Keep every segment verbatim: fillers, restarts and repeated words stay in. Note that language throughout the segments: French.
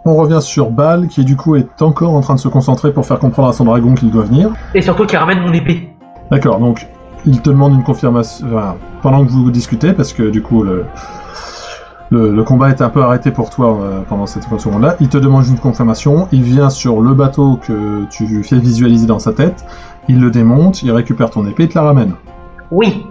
on revient sur Bal, qui du coup est encore en train de se concentrer pour faire comprendre à son dragon qu'il doit venir. Et surtout qu'il ramène mon épée. D'accord, donc il te demande une confirmation enfin, pendant que vous discutez, parce que du coup le, le, le combat est un peu arrêté pour toi euh, pendant cette seconde-là. Il te demande une confirmation, il vient sur le bateau que tu fais visualiser dans sa tête, il le démonte, il récupère ton épée et te la ramène. Oui.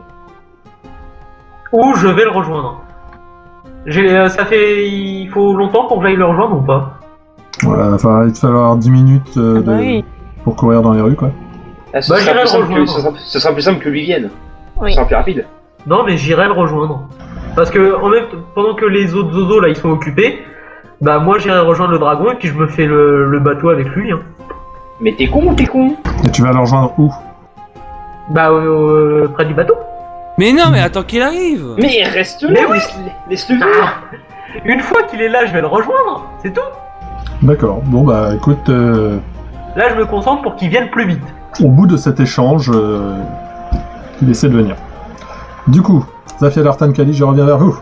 Ou je vais le rejoindre. J'ai, euh, ça fait... Il faut longtemps pour que j'aille le rejoindre ou pas? Voilà, enfin, il va te falloir dix minutes euh, Ah bah de... oui. pour courir dans les rues, quoi. Ah, ce, Bah, sera j'irai plus le simple que, rejoindre. ce, sera, ce sera plus simple que lui vienne. Oui. Ce sera plus rapide. Non, mais j'irai le rejoindre. Parce que en même, pendant que les autres zozos là ils sont occupés, bah moi j'irai rejoindre le dragon et puis je me fais le, le bateau avec lui. Hein. Mais t'es con ou t'es con? Et tu vas le rejoindre où? Bah euh, près du bateau. Mais non, mais attends qu'il arrive. Mais reste Mais là, oui. laisse, laisse-le venir. Ah, une fois qu'il est là, je vais le rejoindre. C'est tout. D'accord, bon bah écoute, euh, Là je me concentre pour qu'il vienne plus vite. au bout de cet échange, euh, il essaie de venir. Du coup, Zafia Lartan Kali, je reviens vers vous.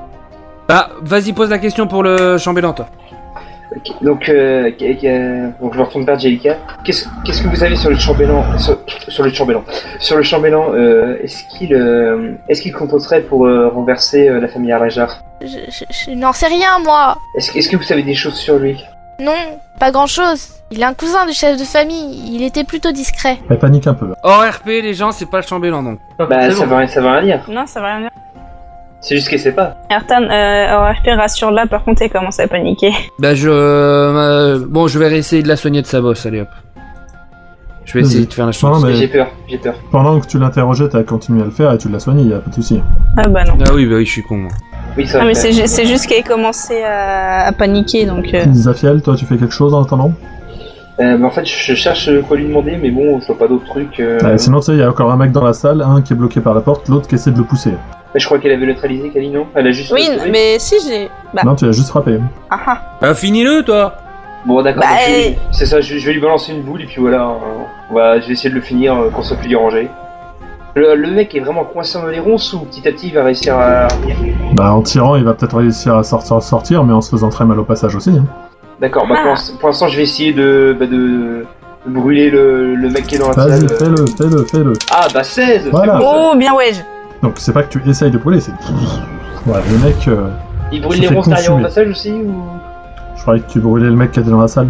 Ah, vas-y, pose la question pour le chambellan, toi. Ok, donc, euh, qu- qu- donc je me retourne vers Jellica. Qu'est-ce, qu'est-ce que vous savez sur le chambellan sur, sur le chambellan Sur le chambellan, euh, est-ce qu'il euh, est-ce qu'il composerait pour euh, renverser euh, la famille Arlajar? Je, je, je n'en sais rien, moi. Est-ce, que- est-ce que vous savez des choses sur lui? Non, pas grand-chose. Il est un cousin du chef de famille. Il était plutôt discret. Elle panique un peu. Hors R P, les gens, c'est pas le chambellan, donc. Pas Bah, ça forcément. veut, rien- ça veut rien dire. Non, ça va rien dire. C'est juste qu'elle sait pas. Ertan, euh, en R P, rassure-la, par contre, elle commence à paniquer. Bah, je... euh, bon, je vais essayer de la soigner de sa bosse, allez hop. Je vais Vas-y. essayer de faire la Non, chose. mais J'ai peur, j'ai peur. pendant que tu l'interrogeais, t'as continué à le faire et tu l'as soigné, y a pas de souci. Ah bah non. Ah oui, bah oui, je suis con, moi. Oui, ça Ah va mais faire. c'est, ju- c'est juste qu'elle commençait à, à paniquer, donc... Euh... Zafiel, toi tu fais quelque chose en attendant? Euh, bah, en fait, je cherche quoi lui demander, mais bon, je vois pas d'autres trucs. Euh... Euh, sinon tu sais, il y a encore un mec dans la salle, un qui est bloqué par la porte, l'autre qui essaie de le pousser. Mais je crois qu'elle avait neutralisé Kali, non? Elle a juste. Oui, sauvé. mais si j'ai... Bah, Non, tu l'as juste frappé. ah ah. Bah, finis-le, toi. Bon, d'accord, Bah, donc, je- euh, c'est ça, je, je vais lui balancer une boule et puis voilà, euh, on va, je vais essayer de le finir, euh, qu'on soit plus dérangé. Le, le mec est vraiment coincé dans les ronces ou petit à petit il va réussir à revenir? Bah en tirant, il va peut-être réussir à sortir, sortir, mais en se faisant très mal au passage aussi. Hein. D'accord, bah, Ah. pour, l'instant- pour l'instant je vais essayer de, bah, de, de brûler le, le mec qui est dans la Vas-y, salle. euh. fais-le, fais-le, fais-le. Ah bah seize. Voilà. c'est bon, ça. Oh, bien ouais. Donc c'est pas que tu essayes de brûler, c'est... Ouais, le mec... euh, Il brûle se les fait ronces derrière au consumer. passage aussi ou... Je croyais que tu brûlais le mec qui était dans la salle.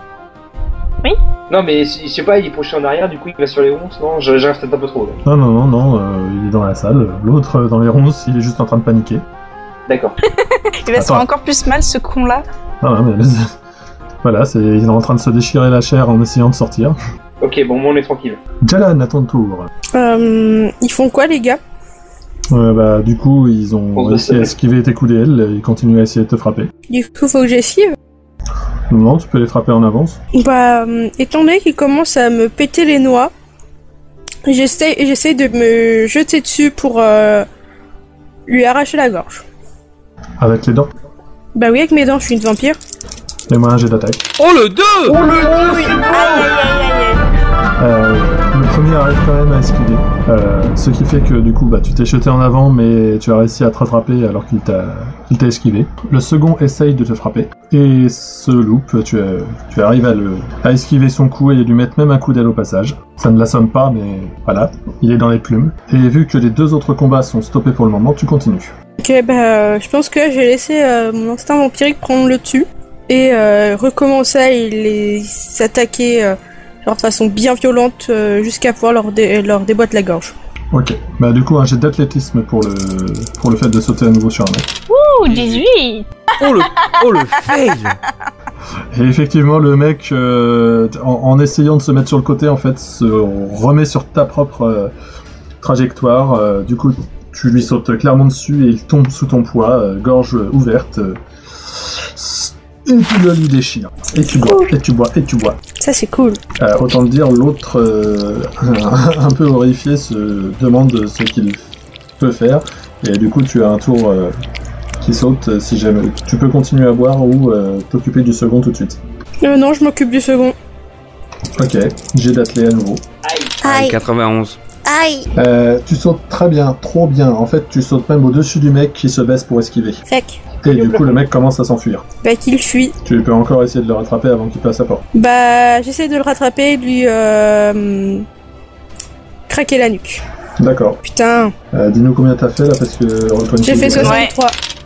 Non mais si- je sais pas, il est penché en arrière, du coup il va sur les ronces, non? Je- J'arrive peut-être un peu trop là. Non, non, non, non, euh, il est dans la salle. L'autre, euh, dans les ronces, il est juste en train de paniquer. D'accord. Il va se faire Attends. encore plus mal, ce con-là. Non, non, mais... voilà, c'est... il est en train de se déchirer la chair en essayant de sortir. Ok, bon, moi on est tranquille. Jalan, à ton tour. Euh, ils font quoi, les gars? Euh, bah, du coup, ils ont On réussi à se- esquiver tes coups d'aile, ils continuent à essayer de te frapper. Du coup, faut que j'esquive. Non, tu peux les frapper en avance. Bah, euh, étant donné qu'ils commencent à me péter les noix, j'essaie, j'essaie de me jeter dessus pour euh, lui arracher la gorge. Avec les dents. Bah oui, avec mes dents, je suis une vampire. Fais-moi un jet d'attaque. Oh, le deux. Aïe, aïe, aïe, aïe, aïe. Euh, le premier arrive quand même à esquiver. Euh, ce qui fait que du coup, bah, tu t'es jeté en avant, mais tu as réussi à te rattraper alors qu'il t'a, qu'il t'a esquivé. Le second essaye de te frapper et se loupe. Tu, as- tu arrives à, le, à esquiver son coup et lui mettre même un coup d'aile au passage. Ça ne l'assomme pas, mais voilà, il est dans les plumes. Et vu que les deux autres combats sont stoppés pour le moment, tu continues. Ok, bah, euh, je pense que j'ai laissé euh, mon instinct vampirique prendre le dessus et euh, recommencer à les attaquer euh, genre de façon bien violente euh, jusqu'à pouvoir leur, dé- leur déboîter la gorge. Ok, bah du coup un jet d'athlétisme pour le, pour le fait de sauter à nouveau sur un mec. Ouh, dix-huit. Oh, le... Oh, le fail. Et effectivement, le mec, euh, en, en essayant de se mettre sur le côté, en fait, se remet sur ta propre euh, trajectoire. Euh, du coup, tu lui sautes clairement dessus et il tombe sous ton poids, euh, gorge ouverte. euh, et tu le lui déchires. Et tu bois, et tu bois, et tu bois. Ça, c'est cool. Euh, autant le dire, l'autre, euh, un peu horrifié, se demande ce qu'il peut faire. Et du coup, tu as un tour euh, qui saute euh, si jamais. Tu peux continuer à boire ou euh, t'occuper du second tout de suite. Euh, non, je m'occupe du second. Ok, j'ai d'attelé à nouveau. Aïe, quatre-vingt-onze. aïe. Euh, tu sautes très bien, trop bien. En fait, tu sautes même au-dessus du mec qui se baisse pour esquiver. Fec. Et du coup, le mec commence à s'enfuir. Bah, qu'il fuit. Tu peux encore essayer de le rattraper avant qu'il passe à porte. Bah, j'essaie de le rattraper et de lui euh, craquer la nuque. D'accord. Putain. Euh, dis-nous combien t'as fait là, parce que... J'ai fait soixante-trois.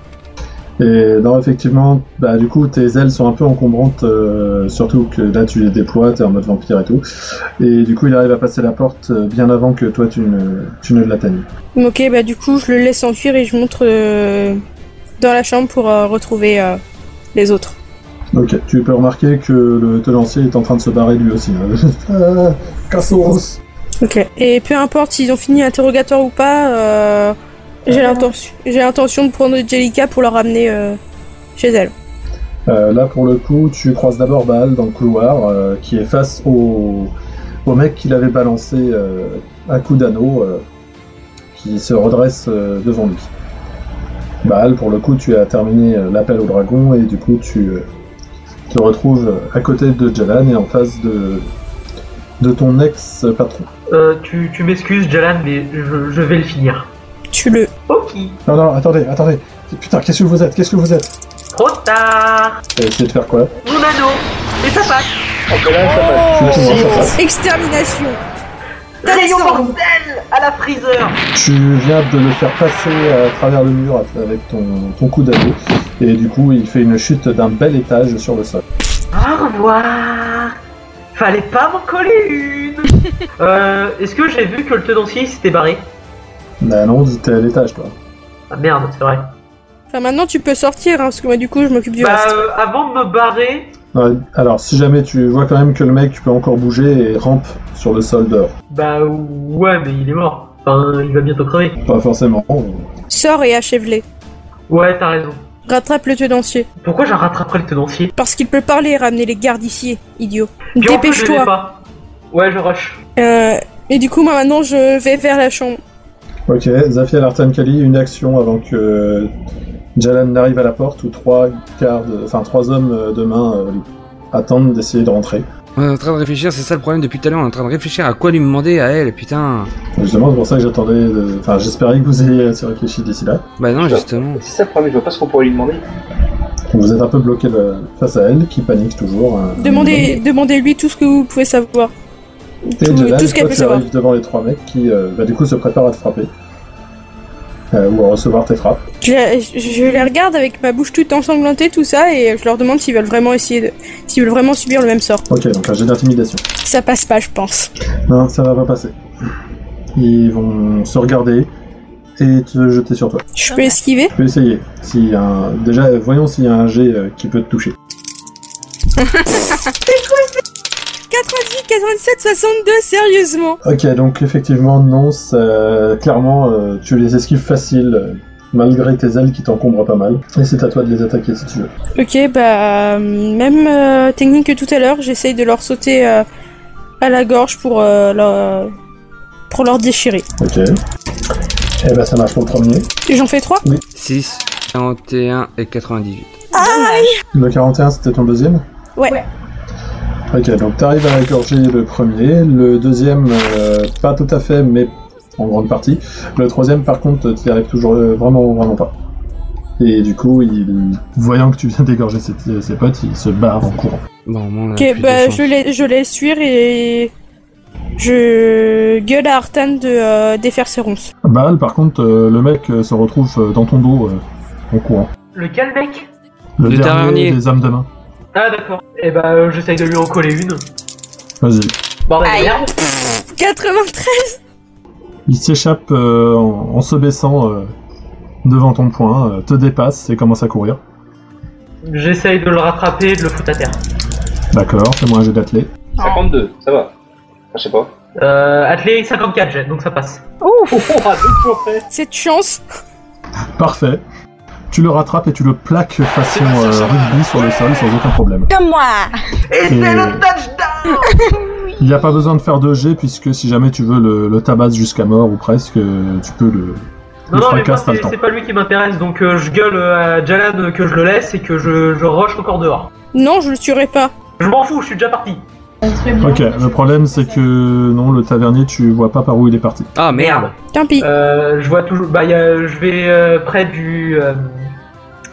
Et non, effectivement, bah du coup, tes ailes sont un peu encombrantes, euh, surtout que là, tu les déploies, t'es en mode vampire et tout. Et du coup, il arrive à passer la porte euh, bien avant que toi, tu ne, tu ne l'atteignes. Ok, bah du coup, je le laisse enfuir et je montre euh, dans la chambre pour euh, retrouver euh, les autres. Ok, tu peux remarquer que le tenancier est en train de se barrer lui aussi. Ah, Cassos. Ok. Et peu importe s'ils ont fini l'interrogatoire ou pas, euh, j'ai l'intention, j'ai l'intention de prendre Jellica pour la ramener euh, chez elle. Euh, là, pour le coup, tu croises d'abord Baal dans le couloir, euh, qui est face au, au mec qui l'avait balancé euh, à coup d'anneau, euh, qui se redresse euh, devant lui. Baal, pour le coup, tu as terminé euh, l'appel au dragon, et du coup, tu euh, te retrouves à côté de Jalan et en face de, de ton ex-patron. Euh, tu, tu m'excuses, Jalan, mais je, je vais le finir. Tue-le. Ok. Non, non, attendez, attendez. Putain, qu'est-ce que vous êtes? Qu'est-ce que vous êtes? Trop tard. T'as essayé de faire quoi? Mon anneau. Et ça passe. Ok, là, ça passe. Tu vois comment ça passe? Extermination. Rayon mortel à la freezer. Tu viens de le faire passer à travers le mur avec ton, ton coup d'anneau, et du coup, il fait une chute d'un bel étage sur le sol. Au revoir. Fallait pas m'en coller une. euh, est-ce que j'ai vu que le tenancier s'était barré? Bah non, t'es à l'étage, toi. Ah merde, c'est vrai. Enfin, maintenant tu peux sortir, hein, parce que moi du coup je m'occupe du Bah, reste. euh, avant de me barrer, Ouais, alors, si jamais tu vois quand même que le mec peut encore bouger et rampe sur le sol dehors. bah ouais, mais il est mort. Enfin, il va bientôt crever. Pas forcément. Sors et achève-les. Ouais, t'as raison. Rattrape le tenancier. Pourquoi j'ai rattrapé le tenancier? Parce qu'il peut parler et ramener les gardes ici, idiot. Puis en plus, je l'ai Dépêche-toi. pas. Ouais, je rush. Euh, et du coup, moi maintenant je vais vers la chambre. Ok, Zafia Lartan Kali, une action avant que Jalan n'arrive à la porte, où trois gardes, enfin trois hommes de main euh, attendent d'essayer de rentrer. On est en train de réfléchir, c'est ça le problème depuis tout à l'heure, on est en train de réfléchir à quoi lui demander à elle, putain. Justement, c'est pour ça que j'attendais, de... enfin j'espérais que vous ayez assez réfléchi d'ici là. Bah non, justement. C'est ça le problème, je vois pas ce qu'on pourrait lui demander. Vous êtes un peu bloqué le- face à elle, qui panique toujours. hein. Demandez, demandez-lui tout ce que vous pouvez savoir. Et Tout, Jalan, tout ce qu'elle toi peut tu savoir. arrives devant les trois mecs qui, euh, bah, du coup, se préparent à te frapper. Euh, ou à recevoir tes frappes. Je, les- je les regarde avec ma bouche toute ensanglantée, tout ça, et je leur demande s'ils veulent vraiment essayer de, s'ils veulent vraiment subir le même sort. Ok, donc un jet d'intimidation. Ça passe pas, je pense. Non, ça va pas passer. Ils vont se regarder et te jeter sur toi. Je peux esquiver. Tu peux essayer. S'il y a un... Déjà, voyons s'il y a un jet euh, qui peut te toucher. quatre-vingt-dix, quatre-vingt-sept, soixante-deux, sérieusement. Ok, donc effectivement, non, ça... clairement, euh, tu les esquives facile, euh, malgré tes ailes qui t'encombrent pas mal. Et c'est à toi de les attaquer si tu veux. Ok, bah, euh, même euh, technique que tout à l'heure, j'essaye de leur sauter euh, à la gorge pour, euh, leur, pour leur déchirer. Ok. Eh ben ça marche pour le premier. J'en fais trois. six, quarante et un et quatre-vingt-dix-huit. Le quarante et un, c'était ton deuxième? Ouais. Ok, donc t'arrives à égorger le premier. Le deuxième, euh, pas tout à fait, mais en grande partie. Le troisième, par contre, t'y arrives toujours euh, vraiment, vraiment pas. Et du coup, il... voyant que tu viens d'égorger ses, ses potes, il se barre en courant. Bon, bon, là, Ok, plus bah, de je, chance. la- je laisse fuir et je gueule à Artan de euh, défaire ses ronces. Baal, par contre, euh, le mec euh, se retrouve euh, dans ton dos euh, en courant. Lequel, mec? Le, Le dernier dernier. des âmes de main. Ah, d'accord. Et bah, euh, j'essaye de lui en coller une. Vas-y. Bordel de Aïe. merde. quatre-vingt-treize. Il s'échappe euh, en, en se baissant euh, devant ton poing, euh, te dépasse et commence à courir. J'essaye de le rattraper et de le foutre à terre. D'accord, fais-moi un jet d'athlé. cinquante-deux, ça va. Enfin, je sais pas. Euh, athlé cinquante-quatre, j'ai, donc ça passe. Oh, oh, oh, ah, deux jours près. Cette chance. Parfait. Tu le rattrapes et tu le plaques façon euh, rugby sur le sol sans aucun problème. Comme moi. Et Et- c'est le touchdown. Il n'y a pas besoin de faire de jet puisque si jamais tu veux le, le tabasses jusqu'à mort ou presque, euh, tu peux le, Non, le non, mais moi, fracasse, t'as le c'est temps. c'est pas lui qui m'intéresse, donc euh, je gueule euh, à Jalan que je le laisse et que je, je rush encore dehors. Non, je le tuerai pas. Je m'en fous, je suis déjà parti. Ok, le problème c'est que non, le tavernier, tu vois pas par où il est parti. Ah merde. Tant pis. Euh, je vois toujours. Bah, y a, je vais euh, près du. euh,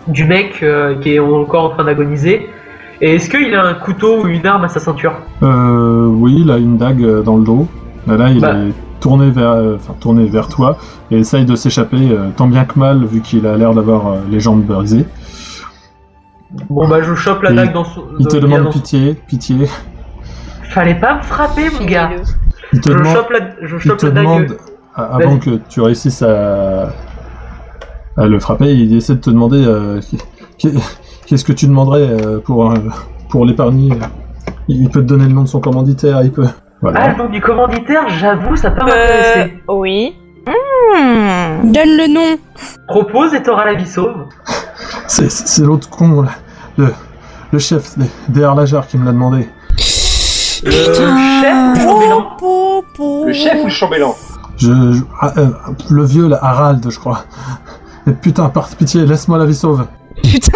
du mec euh, qui est encore en train d'agoniser. Et est-ce qu'il a un couteau ou une arme à sa ceinture? Euh, oui, il a une dague euh, dans le dos. Là, là il Bah. est tourné vers, euh, enfin, tourné vers toi et essaye de s'échapper euh, tant bien que mal vu qu'il a l'air d'avoir euh, les jambes brisées. Bon bah je chope la Et dague dans son... Il te de- demande dans son- pitié, pitié. Fallait pas me frapper mon gars. Il te Je demande, chope la, je il chope te la dague. demande a- avant Vas-y. que tu réussisses à, à le frapper, il essaie de te demander euh, qu'est- qu'est-ce que tu demanderais euh, pour, euh, pour l'épargner. Il il peut te donner le nom de son commanditaire, il peut. Ah, Voilà. le nom du commanditaire, j'avoue, ça peut Euh, m'intéresser. oui. Hmm. Donne le nom. Propose et t'auras la vie sauve. C'est c'est l'autre con, là. Le, le chef des, des Harlajars qui me l'a demandé. Le chef ou le chambellan? Po, po. Le chef ou le chambellan? Je, je- ah, euh, le vieux, là, Harald, je crois. Mais putain, par pitié, laisse-moi la vie sauve. Putain.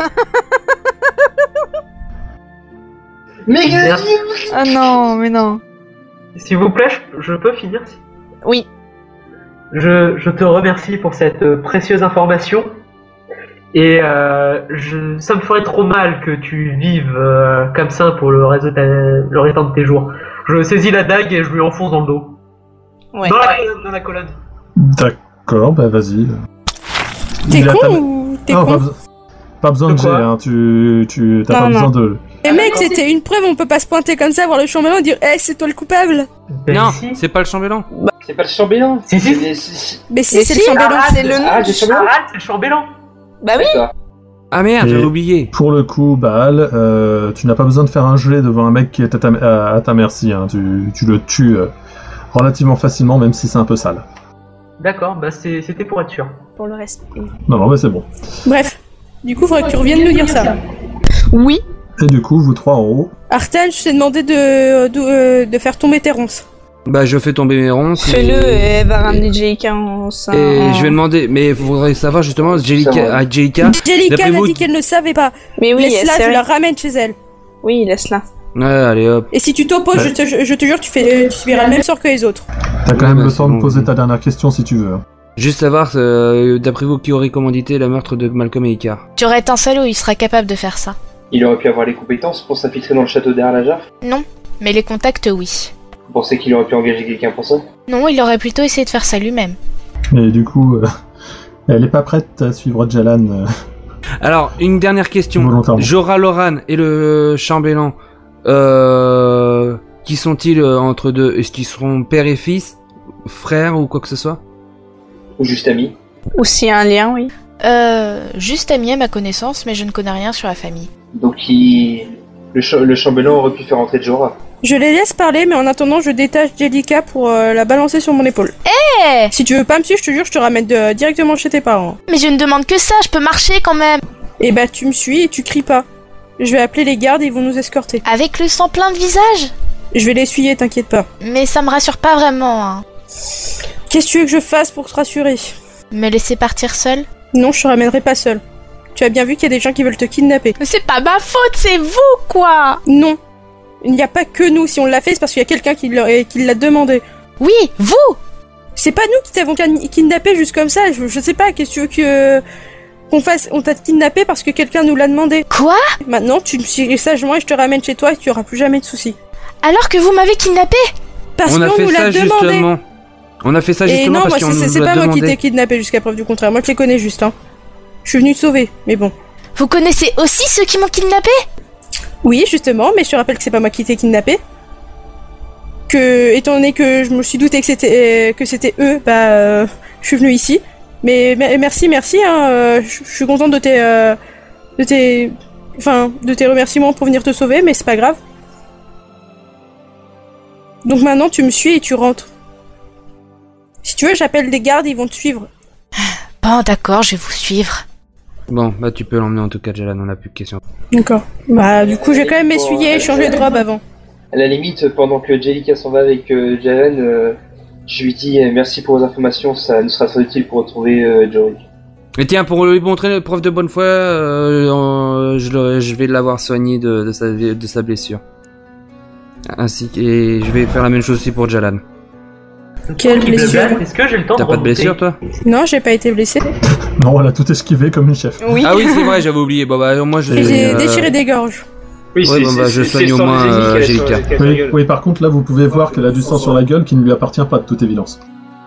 Mais Merde. Ah non, mais non. S'il vous plaît, je, je peux finir si- Oui. je, je te remercie pour cette euh, précieuse information. Et euh, je, ça me ferait trop mal que tu vives euh, comme ça pour le, reste de ta- le restant de tes jours. Je saisis la dague et je lui enfonce dans le dos. Ouais. Dans la colonne, dans la colonne. D'accord, bah vas-y. T'es Il a con ta- ou t'es Non, pas, con? besoin- pas besoin de De jet, quoi hein. Tu, tu t'as Non, pas non. besoin de. Eh mec, c'était une preuve, on peut pas se pointer comme ça, voir le chambellan et dire Eh, c'est toi le coupable. Ben Non, si. c'est pas le chambellan. c'est pas le chambellan. Si, si. C'est- c'est- c'est- Mais si, Mais c'est si, le chambellan. Harald, c'est le nom Ah, du j'ai chambellan. Harald, c'est le chambellan. Bah oui. D'accord. Ah merde, Et- j'avais oublié. Pour le coup, Baal, euh, tu n'as pas besoin de faire un gelé devant un mec qui est à ta, à, à ta merci. Hein. Tu, tu le tues euh, relativement facilement, même si c'est un peu sale. D'accord, bah c'est- c'était pour être sûr. Pour le respect. Non, non, mais c'est bon. Bref. Du coup, faudrait que tu reviennes nous dire ça. Oui. Et du coup, vous trois en haut. Artan, je t'ai demandé de, de, euh, de faire tomber tes ronces. Bah je fais tomber mes ronces. Fais-le et... et elle va ramener Jellica en sein. Et je vais demander, mais vous voudrez savoir justement, Ça va. Jellica, à Jellica. Jellica D'après m'a vous- dit qu'elle ne savait pas. Mais oui, elle Laisse-la, sait je rien. la ramène chez elle. Oui, laisse-la. Ouais, allez hop. Et si tu t'opposes, je, te, je, je te jure, tu, fais, tu subiras le même sort que les autres. T'as quand Ouais, même bah, le c'est temps bon, de poser oui. ta dernière question si tu veux. hein. Juste savoir, euh, d'après vous, qui aurait commandité le meurtre de Malcolm et Icar. Tu aurais été un salaud, il sera capable de faire ça. Il aurait pu avoir les compétences pour s'infiltrer dans le château d'Erlajar. Non, mais les contacts, oui. Vous pensez qu'il aurait pu engager quelqu'un pour ça? Non, il aurait plutôt essayé de faire ça lui-même. Et du coup, euh, elle est pas prête à suivre Jalan. euh, Alors, une dernière question. Volontairement. Jorah Loran et le chambellan, euh, qui sont-ils euh, entre deux? Est-ce qu'ils seront père et fils, frères ou quoi que ce soit? Ou juste ami? Ou s'il y a un lien, oui. Euh, juste ami à ma connaissance, mais je ne connais rien sur la famille. Donc il... le, cha- le chambellan aurait pu faire entrer Jorah. Je les laisse parler, mais en attendant, je détache Jellica pour euh, la balancer sur mon épaule. Eh Si tu veux pas me suivre, je te jure, je te ramène de- directement chez tes parents. Mais je ne demande que ça, je peux marcher quand même. Et bah, tu me suis et tu cries pas. Je vais appeler les gardes et ils vont nous escorter. Avec le sang plein de visage. Je vais l'essuyer, t'inquiète pas. Mais ça me rassure pas vraiment, hein. Qu'est-ce que tu veux que je fasse pour te rassurer? Me laisser partir seule? Non, je te ramènerai pas seule. Tu as bien vu qu'il y a des gens qui veulent te kidnapper. Mais c'est pas ma faute, c'est vous, quoi. Non. Il n'y a pas que nous. Si on l'a fait, c'est parce qu'il y a quelqu'un qui l'a qui l'a demandé. Oui, vous. C'est pas nous qui t'avons can- kidnappé juste comme ça. Je, je sais pas, qu'est-ce que tu veux que... qu'on fasse? On t'a kidnappé parce que quelqu'un nous l'a demandé. Quoi? Maintenant, tu me suis sagement et je te ramène chez toi et tu auras plus jamais de soucis. Alors que vous m'avez kidnappé? Parce On a qu'on fait nous ça l'a demandé. justement. On a fait ça Et justement non, moi, parce qu'on c'est nous c'est l'a pas moi qui demandé. t'ai kidnappé jusqu'à preuve du contraire. Moi, je les connais juste, hein. Je suis venue te sauver, mais bon. Vous connaissez aussi ceux qui m'ont kidnappé? Oui, justement, mais je te rappelle que c'est pas moi qui t'ai kidnappé. Que, étant donné que je me suis douté que c'était que c'était eux, bah, euh, je suis venue ici. Mais me- merci, merci, hein. euh, Je je suis contente de tes, euh, de tes, enfin, de tes remerciements pour venir te sauver, mais c'est pas grave. Donc maintenant, tu me suis et tu rentres. Si tu veux, j'appelle des gardes, ils vont te suivre. Bon, d'accord, je vais vous suivre. Bon, bah tu peux l'emmener en tout cas, Jalan, on a plus de questions. D'accord. Bah, du coup, j'ai quand même m'essuyer et changer de robe avant. À la limite, pendant que Jellica s'en va avec euh, Jalen, euh, je lui dis euh, merci pour vos informations, ça nous sera très utile pour retrouver euh, Jory. Et tiens, pour lui montrer une preuve de bonne foi, euh, euh, je, le- je vais l'avoir soigné de, de, sa, de sa blessure. Ainsi que et je vais faire la même chose aussi pour Jalan. Quelle Qui blessure? blablate, est-ce que j'ai le temps T'as de pas de remonter? blessure, toi? Non, j'ai pas été blessée. Non, elle a tout esquivé comme une chef. Oui. Ah oui, c'est vrai, j'avais oublié. Bon, bah, moi, je Et soigne, j'ai euh, déchiré des gorges. Oui, Ouais, bon, bah, je soigne au moins, euh, Angélica. Oui, oui, par contre, là, vous pouvez voir qu'elle a du sang sur la gueule qui ne lui appartient pas de toute évidence.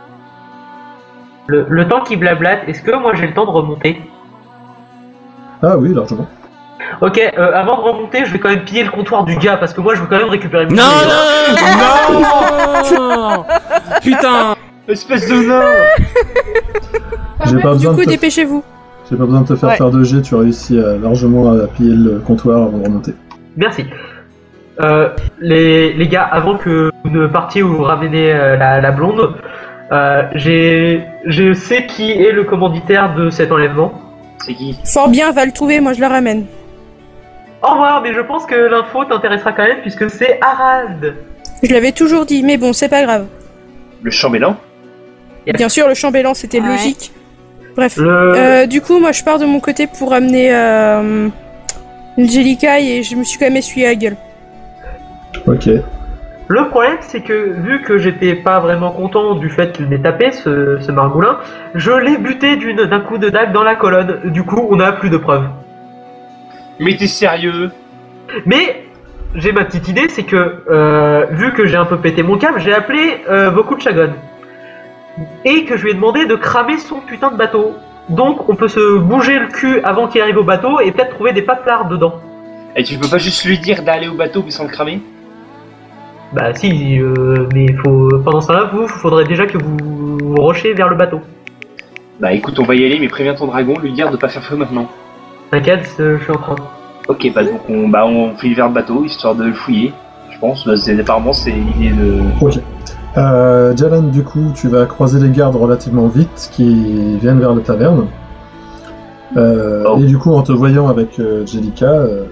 Le, le temps qu'il blablate, est-ce que moi j'ai le temps de remonter? Ah oui, largement. Ok, euh, avant de remonter, je vais quand même piller le comptoir du gars parce que moi je veux quand même récupérer mes Non, billets. non, non, non. Putain. Espèce de nain. J'ai pas Du besoin coup, de te... dépêchez-vous. J'ai pas besoin de te faire Ouais. faire de jet, tu réussis à, largement à piller le comptoir avant de remonter. Merci. Euh, les, les gars, avant que vous ne partiez ou vous ramenez euh, la, la blonde, euh, j'ai, je sais qui est le commanditaire de cet enlèvement. C'est qui? Fort bien, va le trouver, moi je le ramène. Au revoir, mais je pense que l'info t'intéressera quand même puisque c'est Harald. Je l'avais toujours dit, mais bon, c'est pas grave. Le chambellan? Bien sûr, le chambellan, c'était Ouais. logique. Bref. Le... Euh, du coup, moi je pars de mon côté pour amener euh, Angelica et je me suis quand même essuyé la gueule. Ok. Le problème, c'est que vu que j'étais pas vraiment content du fait qu'il m'ait tapé, ce, ce margoulin, je l'ai buté d'une, d'un coup de dague dans la colonne. Du coup, on n'a plus de preuves. Mais t'es sérieux? Mais j'ai ma petite idée, c'est que euh, vu que j'ai un peu pété mon câble, j'ai appelé euh, beaucoup de Chagon. Et que je lui ai demandé de cramer son putain de bateau. Donc on peut se bouger le cul avant qu'il arrive au bateau et peut-être trouver des paplards dedans. Et tu peux pas juste lui dire d'aller au bateau puis sans le cramer? Bah si, euh, mais faut, pendant ce temps-là, vous, faudrait déjà que vous vous rushiez vers le bateau. Bah écoute, on va y aller, mais préviens ton dragon, lui dire de pas faire feu maintenant. T'inquiète, je suis en train. Ok, bah donc on, bah, on file vers le bateau, histoire de le fouiller. Je pense, bah, c'est, apparemment c'est l'idée de... Ok. Euh, Jalan, du coup, tu vas croiser les gardes relativement vite qui viennent vers la taverne. Euh, Oh. Et du coup, en te voyant avec euh, Jellica, euh,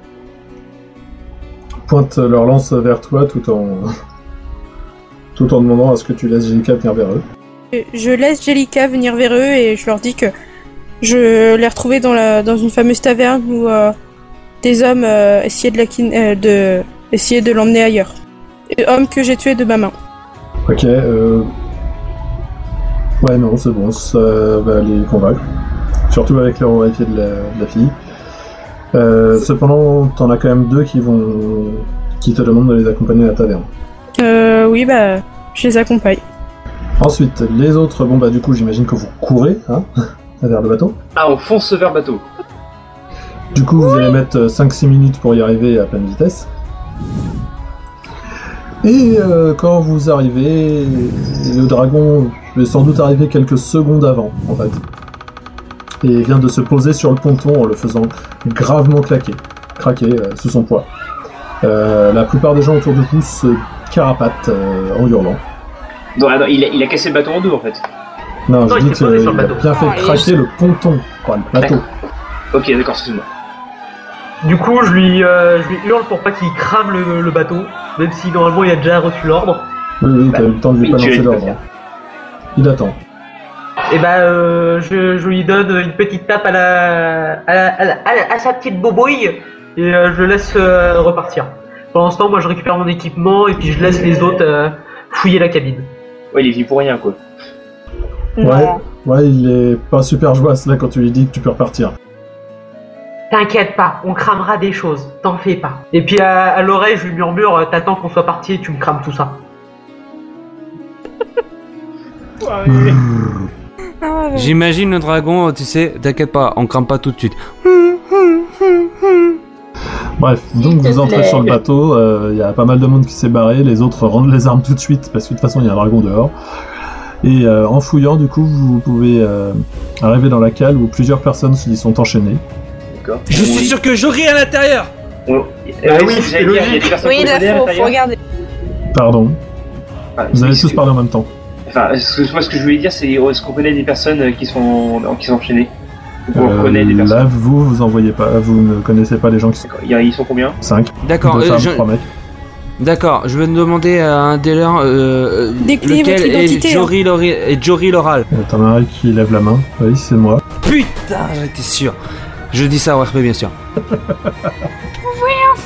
pointe leur lance vers toi tout en tout en demandant à ce que tu laisses Jellica venir vers eux. Je laisse Jellica venir vers eux et je leur dis que je l'ai retrouvée dans, la, dans une fameuse taverne où euh, des hommes euh, essayaient de, la kin- euh, de, essayaient de l'emmener ailleurs. Et homme que j'ai tué de ma main. Ok. Euh... Ouais, non, c'est bon, ça va les convaincre. Surtout avec l'héroïté de la, de la fille. Euh, cependant, t'en as quand même deux qui vont qui te demandent de les accompagner à la taverne. Euh, oui, bah, je les accompagne. Ensuite, les autres, bon bah du coup j'imagine que vous courez, hein, vers le bateau. Ah, on fonce vers le bateau. Du coup vous allez mettre cinq six minutes pour y arriver à pleine vitesse. Et euh, quand vous arrivez, le dragon va sans doute arriver quelques secondes avant, en fait. Et vient de se poser sur le ponton en le faisant gravement claquer, craquer euh, sous son poids. Euh, la plupart des gens autour de vous se carapatent euh, en hurlant. Non, ah non, il, a, il a cassé le bateau en deux en fait. Non, Non, je il dis s'est posé qu'il sur le a bateau. bien fait Non, il est craquer juste- le ponton, pas le plateau. Ok, d'accord, excuse-moi. Du coup, je lui, euh, je lui hurle pour pas qu'il crame le, le bateau, même si normalement il a déjà reçu l'ordre. Oui, oui, t'as eu le temps de lui Bah, oui, tu balancer as dit de l'ordre. le hein. Il attend. Et bah, euh, je, je lui donne une petite tape à la, à, la- à, la- à la- à sa petite bobouille et euh, je le laisse euh, repartir. Pendant ce temps, moi je récupère mon équipement et puis je laisse les autres euh, fouiller la cabine. Ouais, il est venu pour rien quoi. Non. Ouais. Ouais, il est pas super joyeux là quand tu lui dis que tu peux repartir. T'inquiète pas, on cramera des choses, t'en fais pas. Et puis à, à l'oreille, je lui murmure, euh, t'attends qu'on soit parti et tu me crames tout ça. Ah, ouais. J'imagine le dragon, tu sais, t'inquiète pas, on crame pas tout de suite. Bref, donc te vous entrez plaît. sur le bateau, il y a pas mal de monde qui s'est barré, les autres rendent les armes tout de suite parce que de toute façon il y a un dragon dehors. Et euh, en fouillant, du coup, vous pouvez euh, arriver dans la cale où plusieurs personnes s'y sont enchaînées. D'accord. Je suis sûr que j'aurai à l'intérieur. On... Bah Euh, oui, oui, c'est j'allais dire, il y a logique. des personnes Oui, qui là, sont à faut, faut l'intérieur. regarder. Pardon, Ah, vous avez excuse- tous parlé en même temps. Enfin, ce que, moi ce que je voulais dire c'est est-ce qu'on connaît des personnes euh, qui sont, qui sont enchaînées? Ou on Euh, connaît des personnes? là, vous, vous en voyez pas, vous ne connaissez pas les gens qui sont D'accord. Il y a- Ils sont combien? cinq. D'accord, deux euh, femmes, je- trois mecs. d'accord, je vais demander à un des leurs euh, Déclinez lequel votre identité, est Jory, Lori- et Jory Loral. Euh, T'en as un qui lève la main. Oui, c'est moi. Putain, j'étais sûr. Je dis ça au R P bien sûr.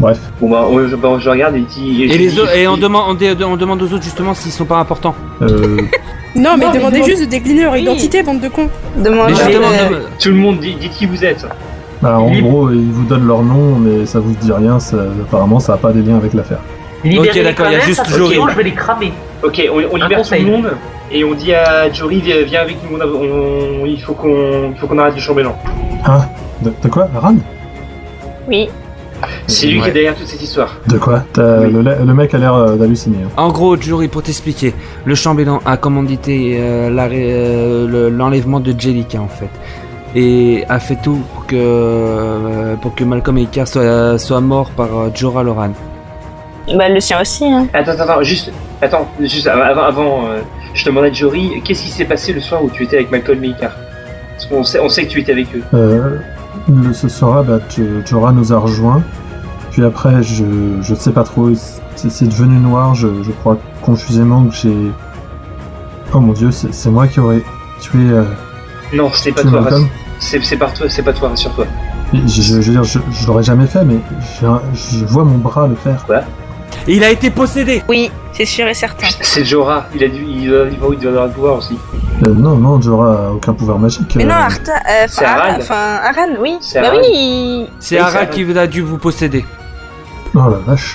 Bref. Bon bah, on- je, bah, je regarde et il dit. Et, je les dis- autres, et on, demande, on, dé- on demande aux autres justement s'ils sont pas importants. Euh, Non, mais Non, mais demandez demande- juste de décliner leur Oui. identité, bande de cons. Demandez. Mais justement, euh, dem- Tout le monde dit, dites qui vous êtes. bah, en Libre. gros, ils vous donnent leur nom, mais ça vous dit rien. Ça, apparemment, ça n'a pas des liens avec l'affaire. Libérez Ok, d'accord, il y a juste Jory. Sinon, je vais les cramer. Ok, on, on Un libère tout conseil. le monde et on dit à Jory viens, viens avec nous. On a- on- il faut qu'on, il faut qu'on arrête le chambellan. Hein de, de quoi, Ran? Oui. C'est lui Ouais. qui est derrière toute cette histoire. De quoi? T'as- Oui. le, le mec a l'air euh, d'halluciner. hein. En gros, Jory, pour t'expliquer, le chambellan a commandité euh, l'arrêt- euh, le- l'enlèvement de Jellica en fait. Et a fait tout pour que, euh, pour que Malcolm et Icar soient, soient morts par euh, Jorah Loran. Bah, le sien aussi, hein. Attends, attends, attends, juste, attends, juste avant, avant euh, je demandais à Jory, qu'est-ce qui s'est passé le soir où tu étais avec Malcolm et Icar? Parce qu'on sait, on sait que tu étais avec eux. Euh, le, ce soir, bah, tu- Jorah nous a rejoints. Puis après, je, je sais pas trop. C'est, c'est devenu noir. Je, je crois confusément que j'ai. Oh mon dieu, c'est, c'est moi qui aurais tué. Euh, Non, c'est pas tué toi, Malcolm. c'est, c'est pas toi, c'est pas toi, rassure-toi. Et Je, je, je veux dire, je, je l'aurais jamais fait, mais j'ai un- je vois mon bras le faire. Et il a été possédé. Oui, c'est sûr et certain. C'est Jorah, il a dû, il doit, il doit, il doit avoir le pouvoir aussi. Euh, non, non, Jorah a aucun pouvoir magique. Mais euh, non, Arta. euh, C'est Enfin, Arad. enfin, Aran, oui. C'est Bah Arad. oui. il- C'est Oui, Harald ça- qui a dû vous posséder. Oh la vache.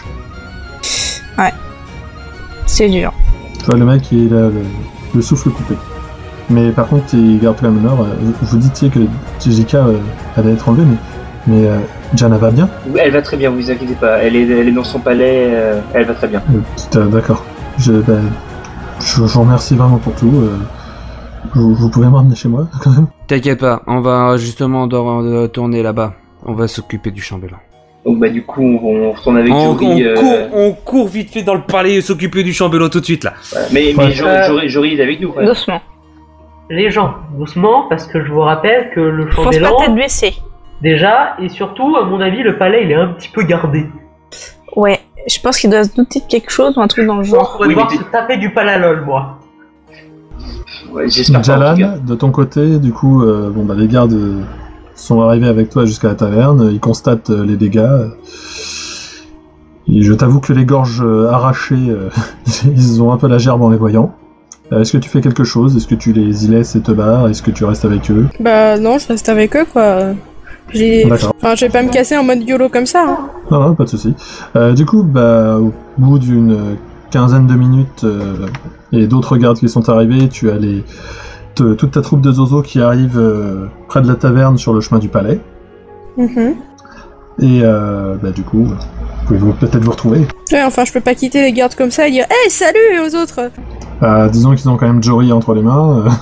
C'est dur. Tu vois, le mec, il a le, le souffle coupé. Mais par contre, il garde quand même l'honneur. Euh, Vous vous disiez que Jessica euh, allait être enlevée, mais, mais euh, Jana va bien? Elle va très bien, vous inquiétez pas. Elle est, elle est dans son palais, euh, elle va très bien. Euh, putain, d'accord. Je, bah, je, je vous remercie vraiment pour tout. euh, vous, vous pouvez me ramener chez moi, quand même? T'inquiète pas, on va justement de- de tourner là-bas. On va s'occuper du chambellan. Donc bah du coup, on, on retourne avec On, Jory. on euh, court, on court vite fait dans le palais et s'occuper du chambellan tout de suite là. voilà. Mais, mais Ouais. Jory, Euh, Jory, Jory, il est avec nous. quand même. Doucement. Les gens, doucement, parce que je vous rappelle que le Fonce pas chambellan, tête baissée. déjà, et surtout, à mon avis, le palais, il est un petit peu gardé. Ouais. Je pense qu'il doit se douter de quelque chose ou un truc dans le Je genre. pourrais Oui, devoir mais se taper du palalol, moi. Ouais, j'espère pas. en tout cas. Jalan, de ton côté, du coup, euh, bon, bah, les gardes euh, sont arrivés avec toi jusqu'à la taverne. Ils constatent euh, les dégâts. Et je t'avoue que les gorges euh, arrachées, euh, ils ont un peu la gerbe en les voyant. Euh, Est-ce que tu fais quelque chose? Est-ce que tu les y laisses et te barres? Est-ce que tu restes avec eux? Bah non, je reste avec eux, quoi. J'ai... D'accord. Enfin, je vais pas me casser en mode YOLO comme ça, hein. Non, non, pas de souci. Euh, du coup, bah, au bout d'une euh, quinzaine de minutes euh, et d'autres gardes qui sont arrivés, tu as les, te- toute ta troupe de Zozo qui arrive euh, près de la taverne sur le chemin du palais. Mhm. Et euh, bah, du coup, vous pouvez vous- peut-être vous retrouver. Ouais, enfin, je peux pas quitter les gardes comme ça et dire « Hey, salut !» aux autres. Euh, disons qu'ils ont quand même Jory entre les mains. euh.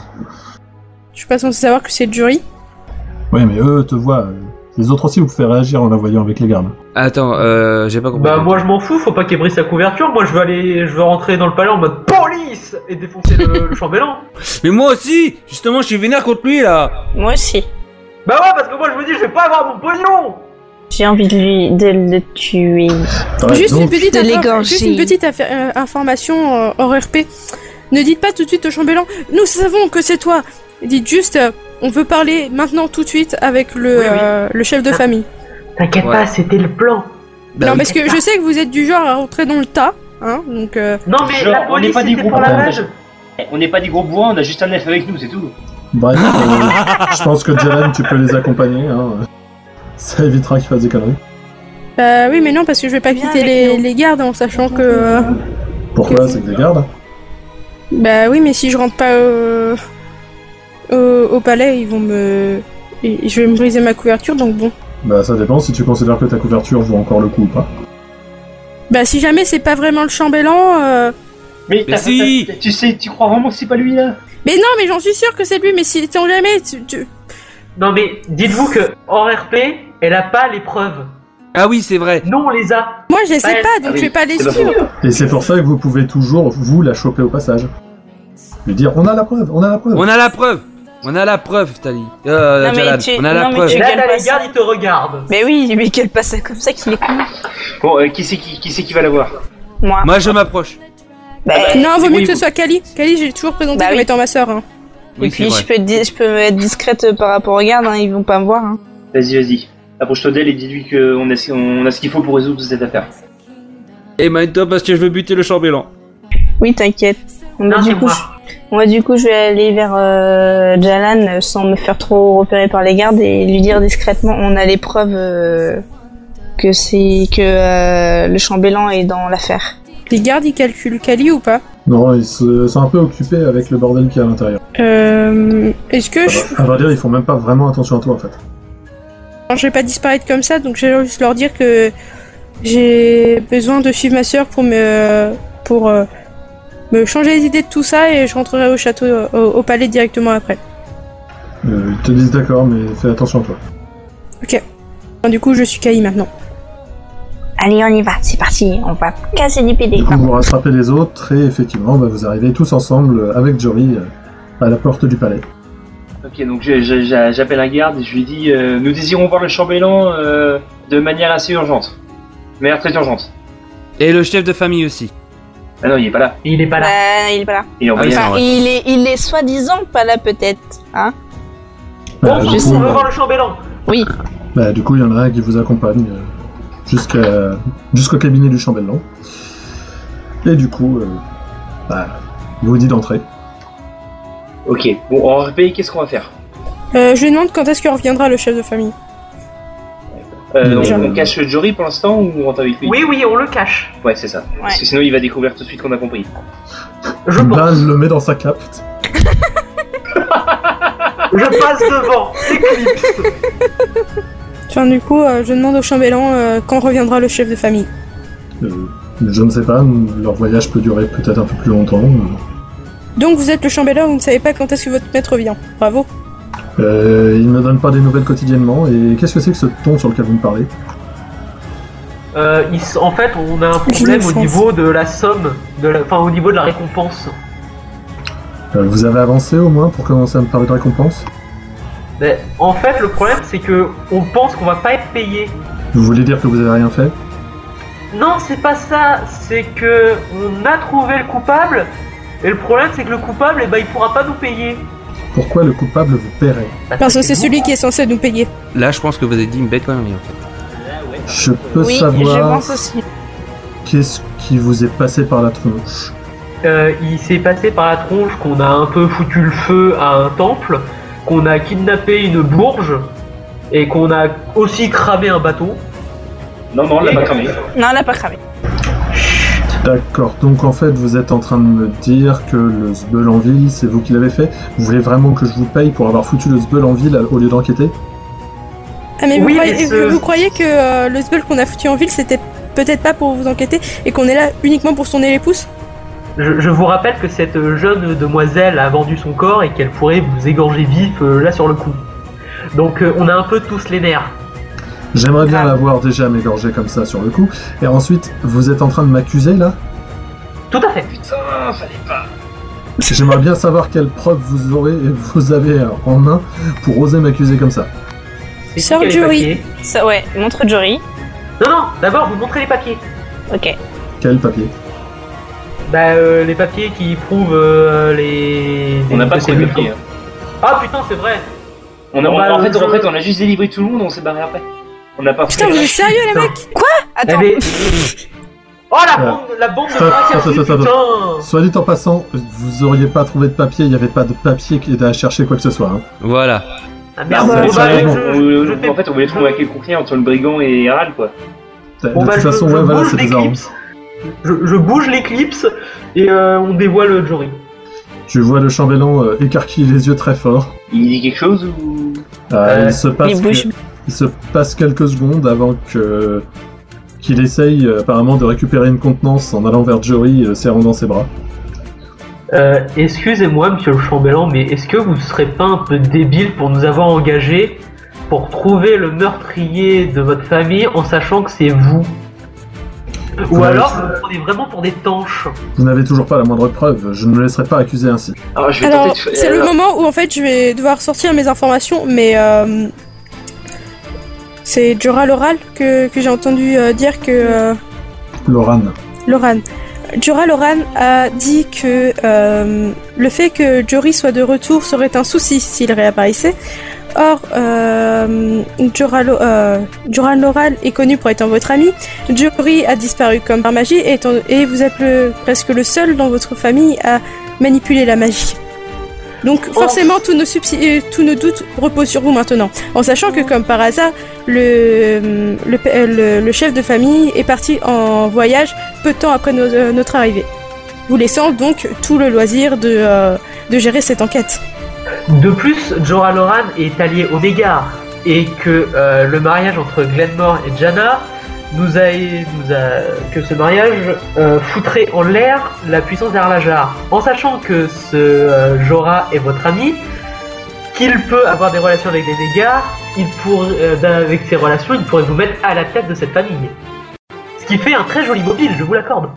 Je suis pas censé savoir que c'est Jory. Ouais, mais eux te voient. euh. Les autres aussi, vous pouvez réagir en la voyant avec les gardes. Attends, euh, j'ai pas compris. Bah, moi, je m'en fous, faut pas qu'il brise sa couverture. Moi, je veux aller, je veux rentrer dans le palais en mode police et défoncer le, le chambellan. Mais moi aussi, justement, je suis vénère contre lui là. Moi aussi. Bah ouais, parce que moi, je me dis, je vais pas avoir mon pognon. J'ai envie de lui de le tuer. Ouais, juste, donc, une petite de infor- l'égorger. juste une petite affa- euh, information euh, hors R P. Ne dites pas tout de suite au chambellan « Nous savons que c'est toi !» Dites juste euh, on veut parler maintenant tout de suite avec le, Oui, oui. euh, le chef de famille. T'inquiète Ouais. pas, c'était le plan. Bah non, oui. parce que je sais que vous êtes du genre à rentrer dans le tas, hein, donc... euh, Non, mais Genre, la on n'est police, pas des c'était groupes pour la blancs, mage. On n'est pas des gros bourrins, on a juste un elfe avec nous, c'est tout. Bref, euh, je pense que Jalen, tu peux les accompagner. Hein. Ça évitera qu'ils fassent des conneries. Bah oui, mais non, parce que je vais pas Viens quitter avec les, nous. les gardes en sachant que... euh, Pourquoi? C'est que des gardes. Bah oui, mais si je rentre pas au, au, au palais, ils vont me... et je vais me briser ma couverture, donc bon. Bah ça dépend si tu considères que ta couverture vaut encore le coup ou pas. Bah si jamais c'est pas vraiment le chambellan... euh, Mais, Mais t'as- si. t'as- tu sais, tu crois vraiment que c'est pas lui là? Mais non, mais j'en suis sûr que c'est lui, mais si on jamais... Tu, tu- Non, mais dites-vous que hors R P, elle a pas les preuves. Ah oui, c'est vrai. Nous, on les a. Moi je les sais Ouais, pas, donc ah oui, je vais pas les c'est pas suivre. Et c'est pour ça que vous pouvez toujours, vous, la choper au passage. Lui dire, on a la preuve, on a la preuve. On a la preuve. On a la preuve, Tali. Euh, Non, mais Jalal, tu- on a la non, mais preuve. tu- Là, gagnes t'as pas les gardes, ça. ils te regardent. Mais oui, mais qu'elle passe ça comme ça qu'il est con. Bon, euh, qui c'est qui, qui, c'est qui va l'avoir? Moi. Moi, je m'approche. Bah, Non, vaut mieux oui, que ce vous- soit Kali. Kali, j'ai toujours présenté Bah comme oui. étant ma sœur. Hein. Oui, et c'est puis vrai. je peux, di- je peux être discrète par rapport aux gardes, hein, ils vont pas me voir. Hein. Vas-y, vas-y. approche-toi d'elle et dis-lui qu'on a, on a ce qu'il faut pour résoudre cette affaire. Et maintenant parce que je veux buter le chambellan. Oui, t'inquiète. Bon, bah, Non, du c'est coup, moi. je... Moi, du coup, je vais aller vers euh, Jalan euh, sans me faire trop repérer par les gardes et lui dire discrètement on a les preuves euh, que c'est que euh, le chambellan est dans l'affaire. Les gardes, ils calculent Kali ou pas? Non, ils se- sont un peu occupés avec le bordel qu'il y a à l'intérieur. Euh... Est-ce que je... À vrai dire, ils font même pas vraiment attention à toi en fait. Alors, je vais pas disparaître comme ça, donc je vais juste leur dire que j'ai besoin de suivre ma sœur pour me pour euh, me changer les idées de tout ça et je rentrerai au château, au, au palais directement après. Euh, ils te disent d'accord, mais fais attention à toi. Ok. Alors, du coup, je suis Kali maintenant. Allez, on y va, c'est parti, on va casser du P D. Du coup, vous rattrapez les autres et effectivement, bah, vous arrivez tous ensemble avec Jory euh, à la porte du palais. Ok, donc je- je- je- j'appelle un garde et je lui dis euh, nous désirons voir le chambellan euh, de manière assez urgente. De manière très urgente. Et le chef de famille aussi. Ah non, il est pas là. Il est pas là. Bah, il est pas là. Il est en Ah oui, voyage. c'est Enfin, vrai. il est, il est soi-disant pas là peut-être, hein. Bah, Bon, du, je coup, on veut bah, voir le chambellan. Oui. bah, du coup, il y en a un qui vous accompagne euh, jusqu'à jusqu'au cabinet du chambellan. Et du coup, euh, bah, il vous dit d'entrer. Ok, bon, en R P, qu'est-ce qu'on va faire Euh, je lui demande quand est-ce que reviendra le chef de famille. euh, Déjà. on, on cache Jory pour l'instant ou on rentre avec lui Oui, oui, on le cache. Ouais, c'est ça. Parce que sinon, il va découvrir tout de suite qu'on a compris. Je pense. Bal le met dans sa cape. Je passe devant. Éclipse. Enfin, du coup, euh, je demande au chambellan euh, quand reviendra le chef de famille. Euh, je ne sais pas, leur voyage peut durer peut-être un peu plus longtemps. Donc, vous êtes le chambellan, vous ne savez pas quand est-ce que votre maître vient. Bravo. Euh, il ne donne pas des nouvelles quotidiennement. Et qu'est-ce que c'est que ce ton sur lequel vous me parlez? Euh, il s- en fait, on a un Je problème le au sens. niveau de la somme, de la... enfin au niveau de la récompense. Euh, vous avez avancé au moins pour commencer à me parler de récompense? Mais en fait, le problème, c'est que on pense qu'on va pas être payé. Vous voulez dire que vous avez rien fait? Non, c'est pas ça. C'est que on a trouvé le coupable. Et le problème, c'est que le coupable, eh ben, il pourra pas nous payer. Pourquoi le coupable vous paierait? Parce que c'est vous. celui qui est censé nous payer. Là, je pense que vous avez dit une bête connerie en fait. Je peux Oui, je savoir pense aussi. qu'est-ce qui vous est passé par la tronche? Euh, il s'est passé par la tronche qu'on a un peu foutu le feu à un temple, qu'on a kidnappé une bourge et qu'on a aussi cramé un bateau. Non, non, on l'a Et- pas cramé. Non, elle a pas cramé. D'accord, donc en fait vous êtes en train de me dire que le sbeul en ville, c'est vous qui l'avez fait? Vous voulez vraiment que je vous paye pour avoir foutu le sbeul en ville au lieu d'enquêter? Ah, mais vous, Oui, croyez, mais ce- vous croyez que euh, le sbeul qu'on a foutu en ville, c'était peut-être pas pour vous enquêter et qu'on est là uniquement pour sonner les pouces? Je, je vous rappelle que cette jeune demoiselle a vendu son corps et qu'elle pourrait vous égorger vif euh, là sur le coup. Donc euh, on a un peu tous les nerfs. J'aimerais bien Ah. l'avoir déjà m'égorgé comme ça sur le coup. Et ensuite, vous êtes en train de m'accuser là? Tout à fait. Putain, fallait pas. J'aimerais bien savoir quelles preuves vous aurez vous avez en main pour oser m'accuser comme ça. C'est Sors qui qui a les Jory. papiers Ça, ouais, montre Jory. Non, non, d'abord vous montrez les papiers. Ok. Quel papier? Bah, euh, les papiers qui prouvent euh, les. On n'a pas les trouvé le papier. hein. Ah putain, c'est vrai. On a, Bon, on- bah, en, fait, je- en fait, on a juste délivré tout le monde, on s'est barré après. On n'a pas Putain, fait. vous êtes sérieux, les Putain. mecs? Attends. Eh, mais- Oh la Euh, bande, la bande de stop, braques stop, à stop, fil, stop, putain. Soit dit en passant, vous auriez pas trouvé de papier, il n'y avait pas de papier qui était à chercher quoi que ce soit. Hein. Voilà. Ah Non, merde, bah, bon, ça, bah, sérieusement. je- on- je on- fais- en fait, on voulait trouver à quel conflit entre le brigand et Harald, quoi. De Bon, bah, toute je, façon, je ouais, voilà, bouge c'est bizarre. l'éclipse. Je, je bouge l'éclipse et euh, on dévoile Jory. Tu vois le chambellan euh, écarquiller les yeux très fort. Il dit quelque chose ou. Euh, Euh, il, se passe il bouge. que- il se passe quelques secondes avant que qu'il essaye euh, apparemment de récupérer une contenance en allant vers Jory, euh, serrant dans ses bras. Euh, excusez-moi, monsieur le chambellan, mais est-ce que vous serez pas un peu débile pour nous avoir engagés pour trouver le meurtrier de votre famille en sachant que c'est vous? Ou Ouais. alors vous me prenez vraiment pour des tanches? Vous n'avez toujours pas la moindre preuve, je ne me laisserai pas accuser ainsi. Alors, je vais Alors, tenter de- c'est le alors, moment où en fait je vais devoir sortir mes informations, mais euh, c'est Jorah l'oral que, que j'ai entendu euh, dire que euh, Loran. Loran. Jorah Loran a dit que euh, le fait que Jory soit de retour serait un souci s'il réapparaissait, or, euh, Jorah, euh, Jorah Loral est connu pour être votre ami. Jory a disparu comme par magie et, et vous êtes le, presque le seul dans votre famille à manipuler la magie. Donc forcément, tous nos, subsi- tous nos doutes reposent sur vous maintenant. En sachant que, comme par hasard, le, le, le, le chef de famille est parti en voyage peu de temps après nos, euh, notre arrivée. Vous laissant donc tout le loisir de, euh, de gérer cette enquête. De plus, Jorah Loran est allié au Mégar et que euh, le mariage entre Glenmore et Janna nous a, nous a que ce mariage euh, foutrait en l'air la puissance d'Arlajar. En sachant que ce euh, Jorah est votre ami, qu'il peut avoir des relations avec les Mégars, il pour, euh, avec ces relations, il pourrait vous mettre à la tête de cette famille. Ce qui fait un très joli mobile, je vous l'accorde.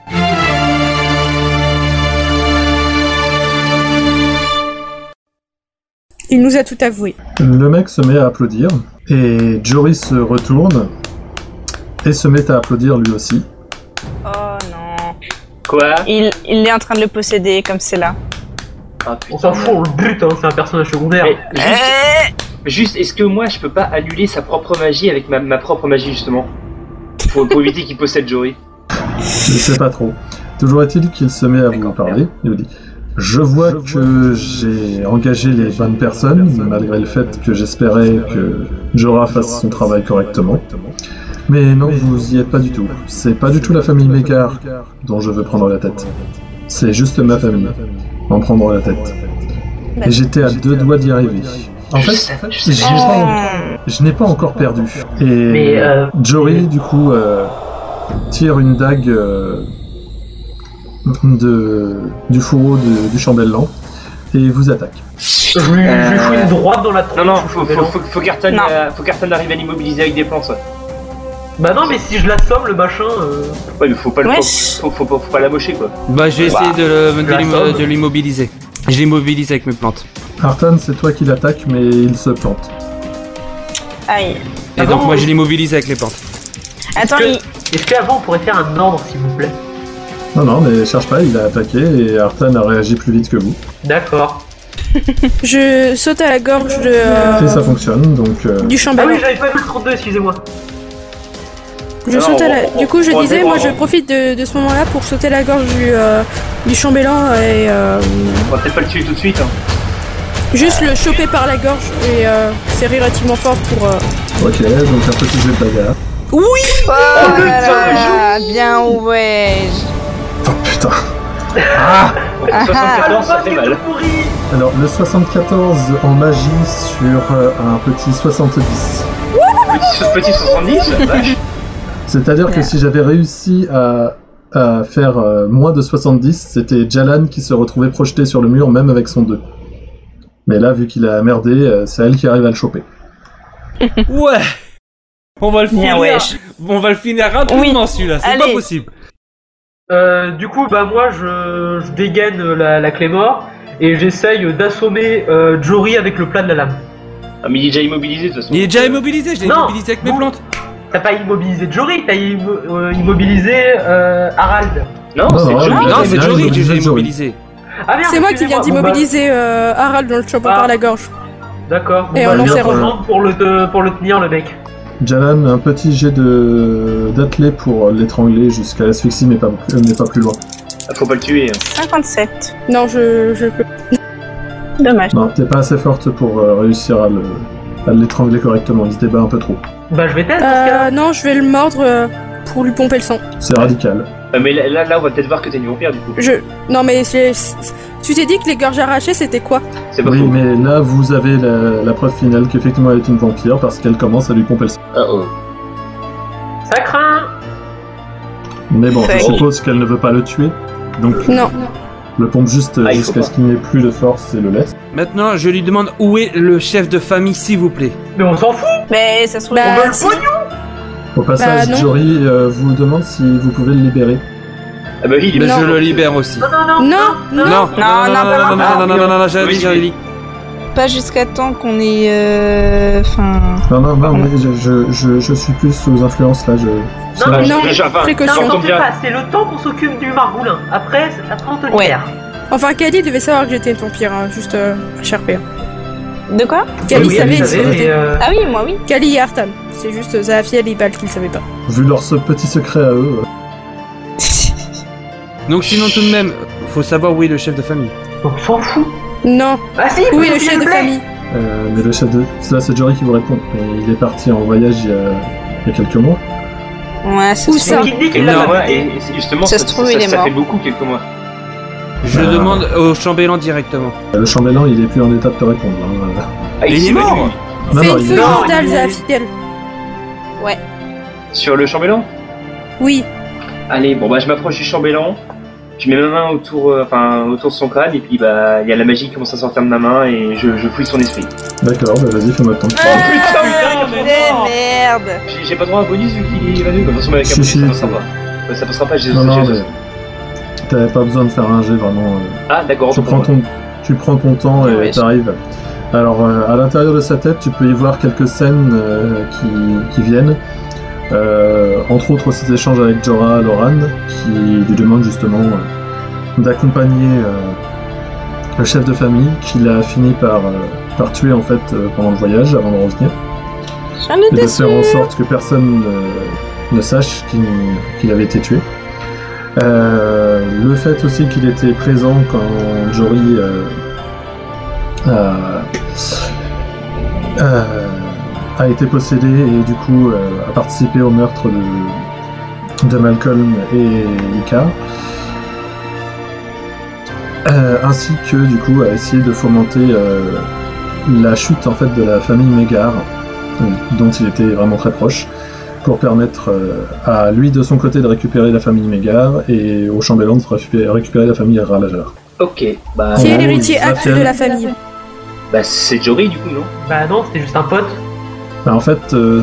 Il nous a tout avoué. Le mec se met à applaudir, et Jory se retourne, et se met à applaudir lui aussi. Oh non. Quoi? Il, il est en train de le posséder, comme c'est là. Ah, putain. On s'en fout, on le bute, hein, c'est un personnage secondaire. Mais juste, juste, est-ce que moi je peux pas annuler sa propre magie avec ma, ma propre magie justement? Pour, pour éviter qu'il possède Jory. Je sais pas trop. Toujours est-il qu'il se met à vous parler, il vous dit « Je vois que j'ai engagé les bonnes personnes, malgré le fait que j'espérais que Jorah fasse son travail correctement. Mais non, vous y êtes pas du tout. C'est pas du tout la famille Mégar dont je veux prendre la tête. C'est juste ma famille, en prendre la tête. Et j'étais à deux doigts d'y arriver. En fait, je n'ai pas, je n'ai pas encore perdu. Et Mais, euh, Jory, du coup, euh, tire une dague euh, de, du fourreau de, du chambellan et vous attaque. Je lui, je lui fous une droite dans la tronche. Non, non, faut, faut, faut, faut qu'Artan euh, faut qu'Artan arrive à l'immobiliser avec des plantes. Ouais. Bah non, mais si je l'assomme, le machin... Euh... Ouais, mais faut pas, le, Ouais. faut, faut, faut, faut pas l'amocher, quoi. Bah, je vais essayer Bah, de, le- de la l'immo- somme. de l'immobiliser. Je l'immobilise avec mes plantes. Artan, c'est toi qui l'attaque, mais il se plante. Aïe. Et Ah donc, bon moi, je l'immobilise avec les plantes. Attends, que- il... Est-ce qu'avant on pourrait faire un ordre, s'il vous plaît? Non, non, mais cherche pas, il a attaqué et Artan a réagi plus vite que vous. D'accord. Je saute à la gorge de, euh, Et ça fonctionne, donc... euh, du Ah chambellan. oui, j'avais pas vu le trente-deux, excusez-moi. Je Alors, saute à la... on- Du coup, je on- on disais, va- moi, je profite de, de ce moment-là pour sauter à la gorge du, euh, du chambellan et euh, On va peut-être pas le tuer tout de suite, hein. juste le choper par la gorge et euh, c'est relativement fort pour... euh, Ok, donc un petit jet de bagarre. Oh le là là, bien ouais. Oh putain. soixante-quatorze, ça fait mal. Alors, le soixante-quatorze en magie sur euh, un petit soixante-dix. Petit, petit soixante-dix, la vache. C'est-à-dire que si j'avais réussi à, à faire euh, moins de soixante-dix, c'était Jalan qui se retrouvait projeté sur le mur, même avec son deux. Mais là, vu qu'il a merdé, euh, c'est elle qui arrive à le choper. Ouais. On va le Bien, finir. wesh. On va le finir rapidement, Oui. celui-là. C'est Allez. pas possible. Euh, du coup, bah moi, je, je dégaine la, la clé mort et j'essaye d'assommer euh, Jory avec le plat de la lame. Ah, mais il est déjà immobilisé, de toute façon. Il est déjà immobilisé. Je l'ai Non. immobilisé avec mes Bon. plantes. T'as pas immobilisé Jory, t'as immo- euh, immobilisé euh, Harald. Non, Non, c'est non, Jory. non, Non, j'ai c'est bien Jory que j'ai immobilisé Jory. immobilisé. Ah merde, C'est moi qui viens excusez-moi. Bon, d'immobiliser euh, Harald dans le chambon Ah. par la gorge. bah, D'accord, bon, Et bah, on je en viens s'est te rejoindre pour le, te- pour le tenir, le mec. Jalan, un petit jet de d'attelé pour l'étrangler jusqu'à l'asphyxie, mais pas, euh, mais pas plus loin. Ah, faut pas le tuer. hein. cinquante-sept. Non, je, je peux. Dommage. Non, t'es pas assez forte pour euh, réussir à le- à l'étrangler correctement, il se débat un peu trop. Bah je vais tester dans ce cas-là. Euh, non, je vais le mordre euh, pour lui pomper le sang. C'est radical. Ah, mais là, là, là, on va peut-être voir que t'es une vampire, du coup. Je... Non, mais c'est... c'est- tu t'es dit que les gorges arrachées, c'était quoi? C'est pas Oui, faux. mais là, vous avez la, la preuve finale qu'effectivement elle est une vampire parce qu'elle commence à lui pomper le sang. Ah, oh. Ça craint. Mais bon, je Fait- suppose qu'elle ne veut pas le tuer, donc Non. le pompe juste Ah, il faut jusqu'à pas. ce qu'il n'ait plus de force et le laisse. Maintenant, je lui demande où est le chef de famille, s'il vous plaît. Mais on s'en fout. Mais ça se trouve... Bah, On veut le si- pognon. Au passage, Bah, non. Jory euh, vous demande si vous pouvez le libérer. Ah, bah oui, il est Mais Non. je le libère aussi. Non, non, non. Non, Non, non, non, non, non, pas non, non, maintenant. non, non, non, non, non, j'avais Oui, dit, j'avais dit. Pas jusqu'à temps qu'on ait... euh, Enfin... Non, non, non, mais je, je, je, je suis plus sous influence là. Je... c'est Non, là, non. je- Déjà, enfin, précaution. Non, j'entends t'en fais bien. pas, c'est le temps qu'on s'occupe du margoulin. Après, c'est- après on te Ouais. libère. Enfin, Kali devait savoir que j'étais une vampire, hein, juste euh, H R P. hein. De quoi? Kali Oui, savait, elle savait, c'était- mais, euh, Ah oui, moi oui. Kali et Artan. C'est juste Zafiel et Ibal qui le savaient pas. Vu leur ce petit secret à eux. Donc sinon tout de même, faut savoir où est le chef de famille. on s'en fout. Non. Ah si, Oui, faut le qu'il chef me de plaît. famille. Euh, mais le chef de. Là, c'est Jory qui vous répond. Mais il est parti en voyage il y a, il y a quelques mois. Ouais, c'est Où sûr. ça? Qui dit Et qu'il l'a non, pas voilà, fait. et, et c'est justement, Ça ça, se trouve, ça, il est ça mort. fait beaucoup quelques mois. Je Euh. demande au chambellan directement. Le chambellan, il est plus en état de te répondre. Hein. Ah, Il s'est est mort. évanoui. Non, Fais non, une il feuille est... Non, mentale, il est- Zafiel. Sur le chambellan. Oui. Allez, bon bah je m'approche du chambellan, je mets ma main autour, euh, enfin autour de son crâne et puis bah il y a la magie qui commence à sortir de ma main et je, je fouille son esprit. D'accord, bah vas-y, fais-moi ton tour. Ah, putain, mais merde. J'ai j'ai pas droit à un bonus vu qu'il est évanoui. De toute façon, avec un Si, bonus si, ça passera c'est- pas. Ouais, ça passera pas, j'ai Non, non, j'ai- mais t'avais pas besoin de faire un jet vraiment. euh, Ah d'accord, Tu je prends comprends. ton, tu prends ton temps et Ouais, t'arrives. Alors, euh, à l'intérieur de sa tête, tu peux y voir quelques scènes euh, qui, qui viennent. Euh, entre autres, ces échanges avec Jorah Loran, qui lui demande justement euh, d'accompagner euh, le chef de famille, qu'il a fini par, euh, par tuer en fait euh, pendant le voyage, avant de revenir. J'en Et de étais faire en sûre. sorte que personne euh, ne sache qu'il qu'il avait été tué. Euh, le fait aussi qu'il était présent quand Jory euh, a, euh, a été possédé et du coup euh, a participé au meurtre de, de Malcolm et Icar. Euh, ainsi que du coup a essayé de fomenter euh, la chute en fait de la famille Mégare, dont il était vraiment très proche, pour permettre euh, à lui de son côté de récupérer la famille Mégare et au chambellan de récupérer, récupérer la famille Ralajar. Ok, bah, Qui est Oh, l'héritier Zafiel. actuel de la famille? bah c'est Jory du coup, non? Bah non, c'était juste un pote. Bah, en fait, euh,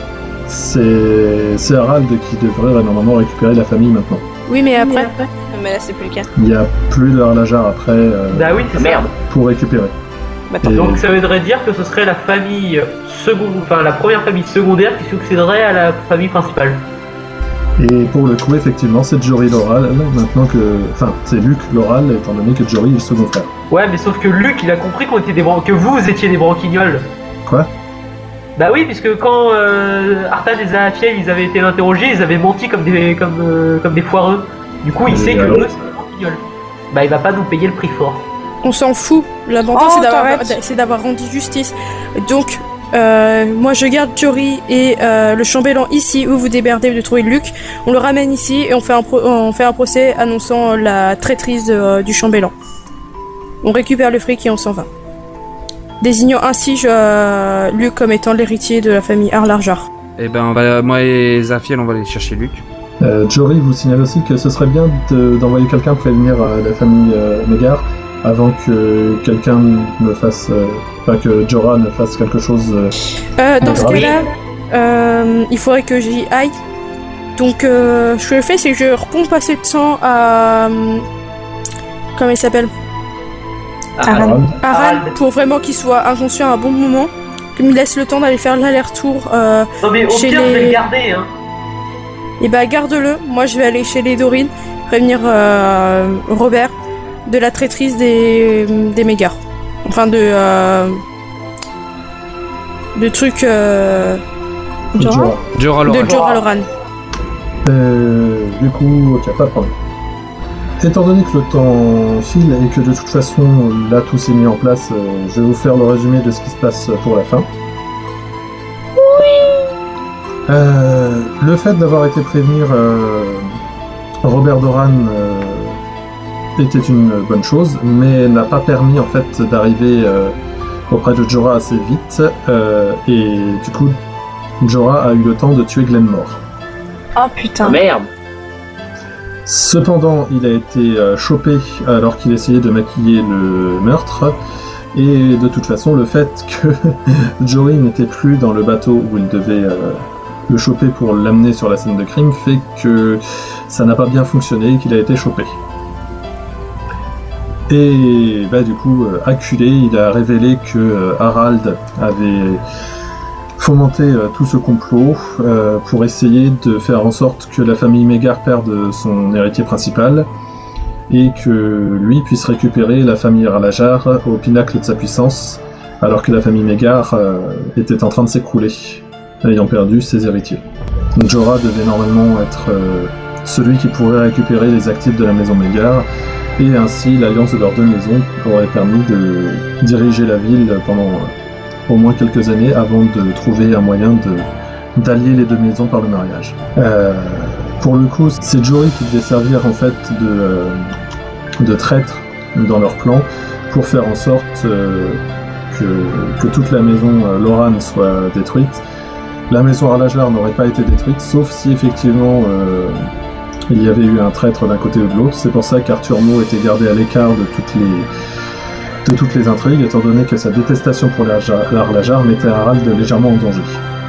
c'est c'est Harald qui devrait normalement récupérer la famille maintenant. Oui, mais après. Mais là, c'est plus le cas. Il n'y a plus de Ralajar après euh, Bah oui, c'est Ah, ça. merde. pour récupérer. Bah, Et- Donc ça voudrait dire que ce serait la famille secondaire, enfin la première famille secondaire qui succéderait à la famille principale. Et pour le coup, effectivement, c'est Jory Loral, maintenant que... Enfin, c'est Luc Loral, étant donné que Jory est le second frère. Ouais, mais sauf que Luc, il a compris qu'on était des bran- que vous étiez des branquignoles. Quoi? Bah oui, puisque quand euh, Artan et Zafiel, ils avaient été interrogés, ils avaient menti comme des comme euh, comme des foireux. Du coup, il Et sait que alors eux, c'est des branquignoles. Bah il va pas nous payer le prix fort. On s'en fout. L'important Oh, c'est d'avoir t'arrêtes. c'est d'avoir rendu justice. Donc euh, moi je garde Jory et euh, le chambellan ici où vous déberdez de trouver Luc. On le ramène ici et on fait un pro- on fait un procès annonçant la traîtrise de, euh, du chambellan. On récupère le fric et on s'en va. Désignant ainsi je, euh, Luc comme étant l'héritier de la famille Arlarjar. Et ben on va, moi et Zafiel, on va aller chercher Luc. Euh, Jory vous signale aussi que ce serait bien de- d'envoyer quelqu'un prévenir euh, la famille euh, Mégare avant que quelqu'un ne fasse... euh, Enfin, que Jorah ne fasse quelque chose... euh, Euh, dans Ah, ce grave. cas-là, euh, il faudrait que j'y aille. Donc, euh, ce que je fais, c'est que je repompe assez de sang à. euh, Comment il s'appelle? Harald. Harald, Harald. pour vraiment qu'il soit inconscient à un bon moment. Qu'il me laisse le temps d'aller faire l'aller-retour. Euh, Non mais au Chez pire, je vais les- le garder, hein. et bah, garde-le. Moi, je vais aller chez les Dorines, prévenir euh, Robert de la traîtrise des, des Mégars. Enfin, de. Euh, de trucs. Euh, Jorah Jorah Loran. de Jorah Loran. Euh, du coup, ok, pas de problème. Étant donné que le temps file et que de toute façon, là, tout s'est mis en place, euh, je vais vous faire le résumé de ce qui se passe pour la fin. Euh, le fait d'avoir été prévenir euh, Robert Doran euh, était une bonne chose, mais n'a pas permis en fait d'arriver euh, auprès de Jorah assez vite, euh, et du coup, Jorah a eu le temps de tuer Glenmore. Oh Ah, putain. merde. Cependant, il a été euh, chopé alors qu'il essayait de maquiller le meurtre, et de toute façon, le fait que Jory n'était plus dans le bateau où il devait euh, le choper pour l'amener sur la scène de crime fait que ça n'a pas bien fonctionné et qu'il a été chopé. Et bah, du coup, euh, acculé, il a révélé que euh, Harald avait fomenté euh, tout ce complot euh, pour essayer de faire en sorte que la famille Mégare perde son héritier principal et que lui puisse récupérer la famille Ralajar au pinacle de sa puissance alors que la famille Mégare euh, était en train de s'écrouler, ayant perdu ses héritiers. Jorah devait normalement être euh, celui qui pourrait récupérer les actifs de la maison Mégare, et ainsi l'alliance de leurs deux maisons aurait permis de diriger la ville pendant euh, au moins quelques années avant de trouver un moyen de, d'allier les deux maisons par le mariage. Euh, pour le coup, c'est Jory qui devait servir en fait de, euh, de traître dans leur plan pour faire en sorte euh, que, que toute la maison euh, Loran soit détruite. La maison Arlajar n'aurait pas été détruite, sauf si effectivement euh, il y avait eu un traître d'un côté ou de l'autre. C'est pour ça qu'Arthur Mo était gardé à l'écart de toutes les, de toutes les intrigues, étant donné que sa détestation pour l'Arlajar mettait Harald légèrement en danger.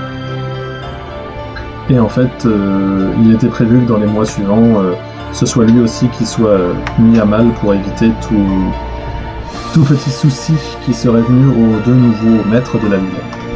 Et en fait, euh, il était prévu que dans les mois suivants, euh, ce soit lui aussi qui soit euh, mis à mal pour éviter tout, tout petit souci qui serait venu aux deux nouveaux maîtres de la ville.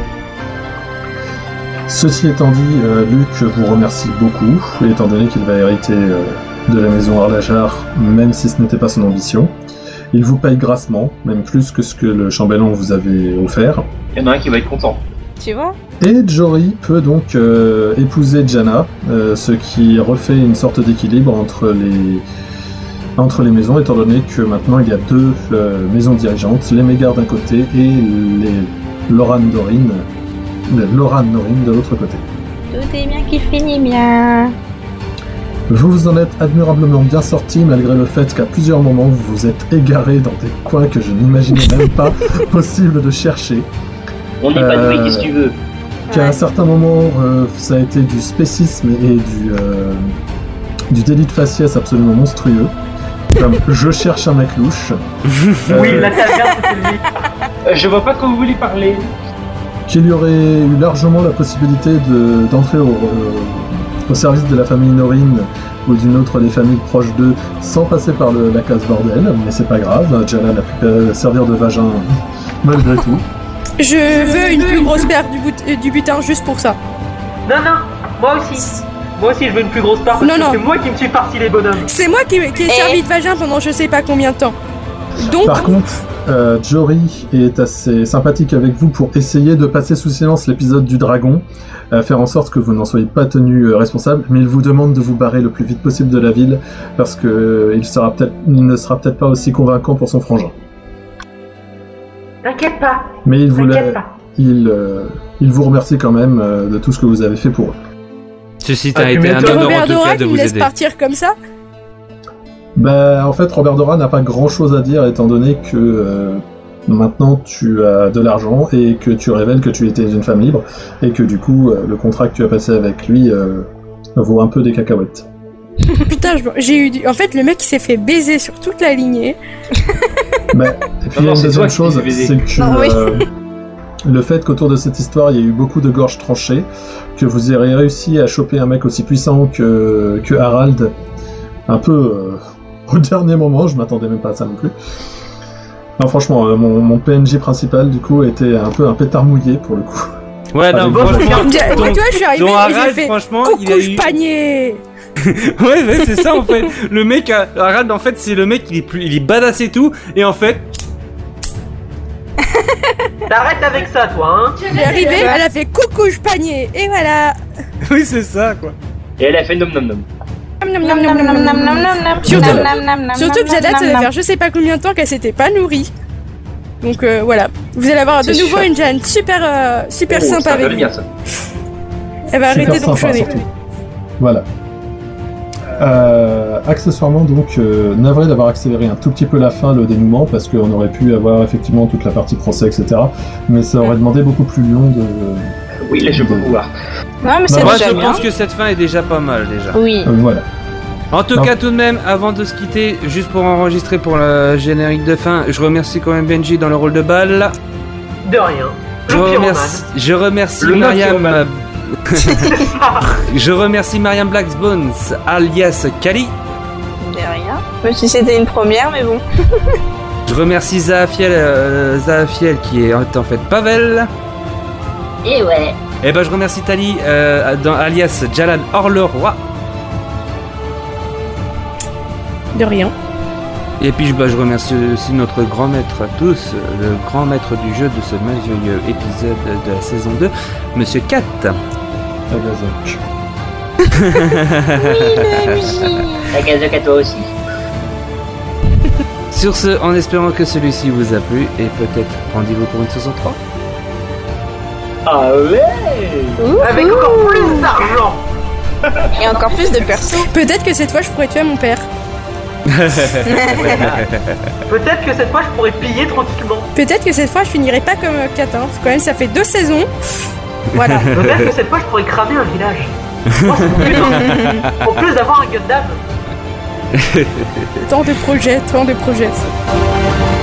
Ceci étant dit, euh, Luc vous remercie beaucoup, étant donné qu'il va hériter euh, de la maison Arlajar, même si ce n'était pas son ambition. Il vous paye grassement, même plus que ce que le chambellan vous avait offert. Il y en a un qui va être content. Tu vois ? Et Jory peut donc euh, épouser Janna, euh, ce qui refait une sorte d'équilibre entre les, entre les maisons, étant donné que maintenant il y a deux euh, maisons dirigeantes, les Mégare d'un côté et les Loran Dorin, les Loran Norin de l'autre côté. Tout est bien qui finit bien. Vous vous en êtes admirablement bien sorti, malgré le fait qu'à plusieurs moments vous vous êtes égaré dans des coins que je n'imaginais même pas possible de chercher. On n'est pas Euh, doué, qu'est-ce que tu veux? Qu'à un certain moment, euh, ça a été du spécisme et du, euh, du délit de faciès absolument monstrueux. Comme je cherche un mec louche. Euh, Oui, la taverne, c'était lui. Euh, je vois pas quand vous voulez parler. Qu'il y aurait eu largement la possibilité de, d'entrer au, euh, au service de la famille Norin ou d'une autre des familles proches d'eux sans passer par le, la case bordel, mais c'est pas grave, Jalal a pu euh, servir de vagin malgré tout. Je veux une plus grosse perte du, but- euh, du butin juste pour ça. Non, non, moi aussi. Moi aussi, je veux une plus grosse part. Non, parce que non. C'est moi qui me suis farci les bonhommes. C'est moi qui, qui ai Et- servi de vagin pendant je sais pas combien de temps. Donc, Par contre, euh, Jory est assez sympathique avec vous pour essayer de passer sous silence l'épisode du dragon, euh, faire en sorte que vous n'en soyez pas tenu euh, responsable, mais il vous demande de vous barrer le plus vite possible de la ville parce que euh, il, sera peut-être, il ne sera peut-être pas aussi convaincant pour son frangin. T'inquiète pas, Mais il, voulait, t'inquiète pas. il, euh, il vous remercie quand même euh, de tout ce que vous avez fait pour eux. Ceci Ah, a tu été un m'étonnes. honneur en Robert tout cas Dora de qui me vous laisse aider. partir comme ça. Bah, en fait, Robert Dora n'a pas grand-chose à dire étant donné que euh, maintenant tu as de l'argent et que tu révèles que tu étais une femme libre et que du coup, euh, le contrat que tu as passé avec lui euh, vaut un peu des cacahuètes. Putain, je- j'ai eu du... En fait, le mec il s'est fait baiser sur toute la lignée. Bah, et puis il y Non, a non, une c'est deuxième toi qui chose, t'es fait baiser. c'est que Non, oui. euh, le fait qu'autour de cette histoire, il y a eu beaucoup de gorges tranchées, que vous ayez réussi à choper un mec aussi puissant que, que Harald, un peu euh, au dernier moment, je m'attendais même pas à ça non plus. Non, franchement, euh, mon, mon P N J principal, du coup, était un peu un pétard mouillé, pour le coup. Ouais, non, Avec Bon, franchement, regarde, Moi, ton- tu vois, je suis arrivé ton et j'ai Harald, fait franchement, il a coucou, je eu... panier. Ouais, ouais, c'est ça en fait. Le mec, a- Harald, en fait, c'est le mec, il est plus, il est badass et tout, et en fait, T'arrêtes avec ça, toi, hein. Elle est arrivée, elle a fait coucou, je panier. Et voilà. oui, c'est ça quoi. Et elle a fait nom nom nom. Nom, nom, nom, nom, nom, nom, nom. Surtout, surtout que Jadad, ça va faire je sais pas combien de temps qu'elle s'était pas nourrie. Donc euh, voilà, vous allez avoir de C'est nouveau sûr. une Jeanne super, euh, super Oh, sympa ça avec va vous. bien ça. Elle va Super arrêter sympa, d'enchaîner. surtout. Voilà. Euh, accessoirement, donc, euh, navré d'avoir accéléré un tout petit peu la fin, le dénouement, parce qu'on aurait pu avoir effectivement toute la partie procès, et cetera. Mais ça aurait demandé beaucoup plus long de. Oui, là je peux pouvoir. Non, mais c'est Bah, Moi, déjà je bien. pense que cette fin est déjà pas mal déjà. Oui. euh, voilà. En tout Non. cas, tout de même, avant de se quitter, juste pour enregistrer pour le générique de fin, je remercie quand même Benji dans le rôle de balle. De rien. Je Le pyromane. remercie, je remercie Le Mariam. pyromane. Je remercie Mariam Blacksbones, alias Kali. De rien. Même si c'était une première, mais bon. Je remercie Zaafiel, euh, Zaafiel qui est en fait Pavel. Et ouais. Et ben je remercie Tali, euh, dans, alias Jalan Orleroi. De rien. Et puis bah, je remercie aussi notre grand maître à tous, le grand maître du jeu de ce merveilleux épisode de la saison deux, Monsieur Cat. Agazoc. Agazoc à toi aussi. Sur ce, en espérant que celui-ci vous a plu, et peut-être rendez-vous pour une saison trois. Ah ouais. Ouh, Avec ouh. encore plus d'argent. Et encore plus de persos. Peut-être que cette fois je pourrais tuer mon père. Peut-être que cette fois je pourrais piller tranquillement. Peut-être que cette fois je finirai pas comme euh, Kat, hein, parce que quand même ça fait deux saisons. Voilà. Peut-être que cette fois je pourrais cramer un village. Oh, c'est mon but, hein. En plus d'avoir un Gundam. Tant de projets, tant de projets.